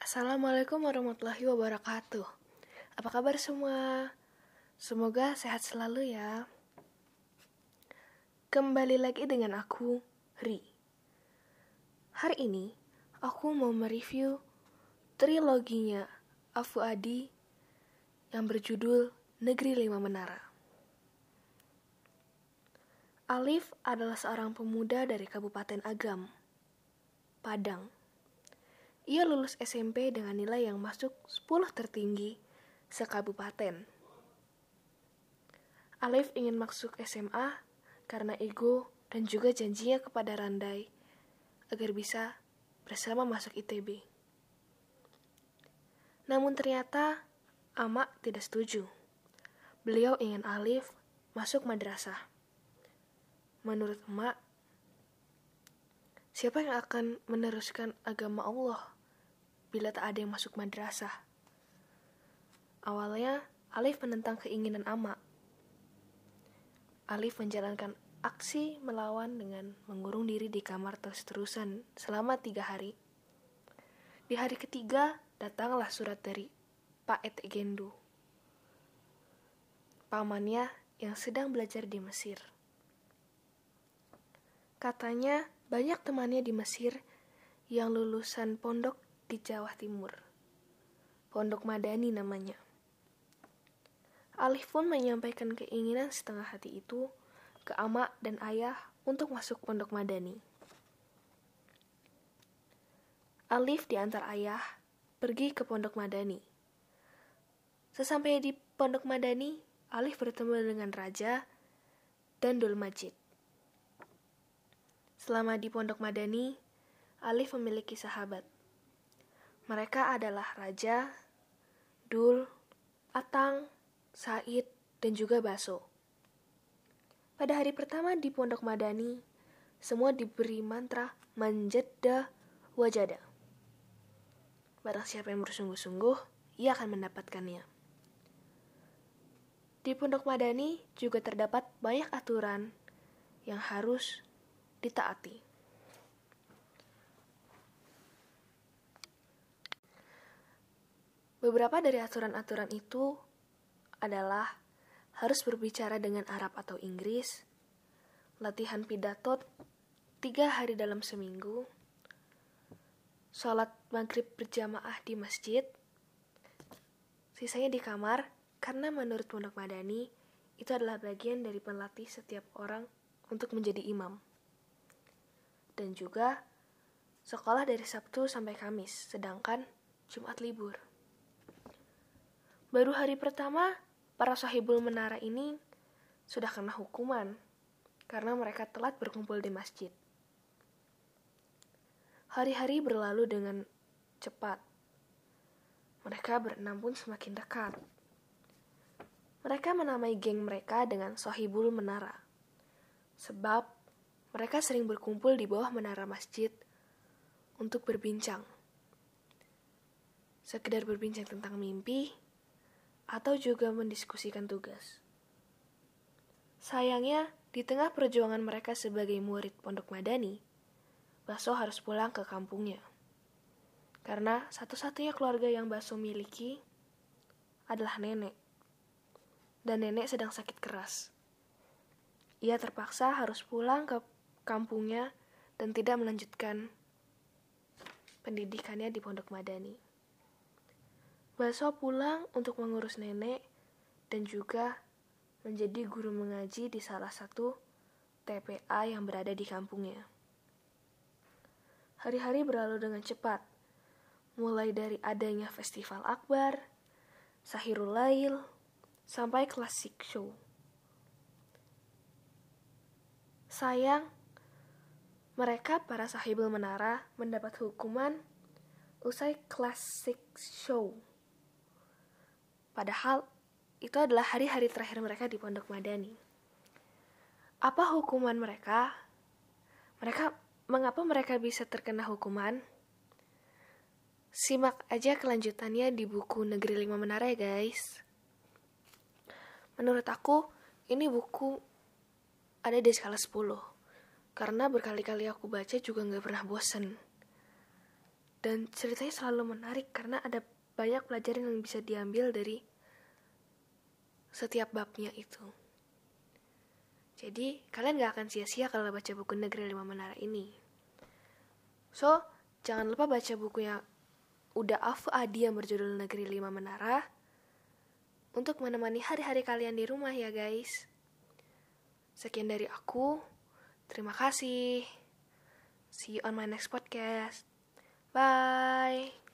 Assalamualaikum warahmatullahi wabarakatuh. Apa kabar semua? Semoga sehat selalu ya. Kembali lagi dengan aku, Ri. Hari ini, aku mau mereview triloginya Afu Adi yang berjudul Negeri Lima Menara. Alif adalah seorang pemuda dari Kabupaten Agam, Padang. Ia lulus SMP dengan nilai yang masuk 10 tertinggi sekabupaten. Alif ingin masuk SMA karena ego dan juga janjinya kepada Randai agar bisa bersama masuk ITB. Namun ternyata Ama tidak setuju. Beliau ingin Alif masuk madrasah. Menurut Emak, siapa yang akan meneruskan agama Allah bila tak ada yang masuk madrasah? Awalnya, Alif menentang keinginan Ama. Alif menjalankan aksi melawan dengan mengurung diri di kamar terus-terusan selama 3 hari. Di hari ketiga, datanglah surat dari Pak Ete Gendu, pamannya yang sedang belajar di Mesir. Katanya, banyak temannya di Mesir yang lulusan pondok di Jawa Timur. Pondok Madani namanya. Alif pun menyampaikan keinginan setengah hati itu ke Ama dan ayah untuk masuk Pondok Madani. Alif diantar ayah pergi ke Pondok Madani. Sesampai di Pondok Madani, Alif bertemu dengan Raja dan Dul Majid. Selama di Pondok Madani, Alif memiliki sahabat. Mereka adalah Raja, Dul, Atang, Said, dan juga Baso. Pada hari pertama di Pondok Madani, semua diberi mantra manjadda wajada. Barang siapa yang bersungguh-sungguh, ia akan mendapatkannya. Di Pondok Madani juga terdapat banyak aturan yang harus ditaati. Beberapa dari aturan-aturan itu adalah harus berbicara dengan Arab atau Inggris, latihan pidato 3 hari dalam seminggu, sholat maghrib berjamaah di masjid, sisanya di kamar, karena menurut Pondok Madani, itu adalah bagian dari pelatih setiap orang untuk menjadi imam. Dan juga sekolah dari Sabtu sampai Kamis, sedangkan Jumat libur. Baru hari pertama, para sahibul menara ini sudah kena hukuman karena mereka telat berkumpul di masjid. Hari-hari berlalu dengan cepat. Mereka berenam pun semakin dekat. Mereka menamai geng mereka dengan sahibul menara, sebab mereka sering berkumpul di bawah menara masjid untuk berbincang. Sekedar berbincang tentang mimpi, atau juga mendiskusikan tugas. Sayangnya, di tengah perjuangan mereka sebagai murid Pondok Madani, Baso harus pulang ke kampungnya. Karena satu-satunya keluarga yang Baso miliki adalah nenek. Dan nenek sedang sakit keras. Ia terpaksa harus pulang ke kampungnya dan tidak melanjutkan pendidikannya di Pondok Madani. Baso pulang untuk mengurus nenek dan juga menjadi guru mengaji di salah satu TPA yang berada di kampungnya. Hari-hari berlalu dengan cepat, mulai dari adanya festival akbar, sahirul lail, sampai klasik show. Sayang, mereka para sahibul menara mendapat hukuman usai klasik show. Padahal itu adalah hari-hari terakhir mereka di Pondok Madani. Apa hukuman mereka? Mengapa mereka bisa terkena hukuman? Simak aja kelanjutannya di buku Negeri Lima Menara ya guys. Menurut aku, ini buku ada di skala 10. Karena berkali-kali aku baca juga gak pernah bosan. Dan ceritanya selalu menarik karena ada banyak pelajaran yang bisa diambil dari setiap babnya itu. Jadi, kalian gak akan sia-sia kalau baca buku Negeri Lima Menara ini. So, jangan lupa baca bukunya Uda Afu Adi yang berjudul Negeri Lima Menara untuk menemani hari-hari kalian di rumah ya guys. Sekian dari aku. Terima kasih. See you on my next podcast. Bye.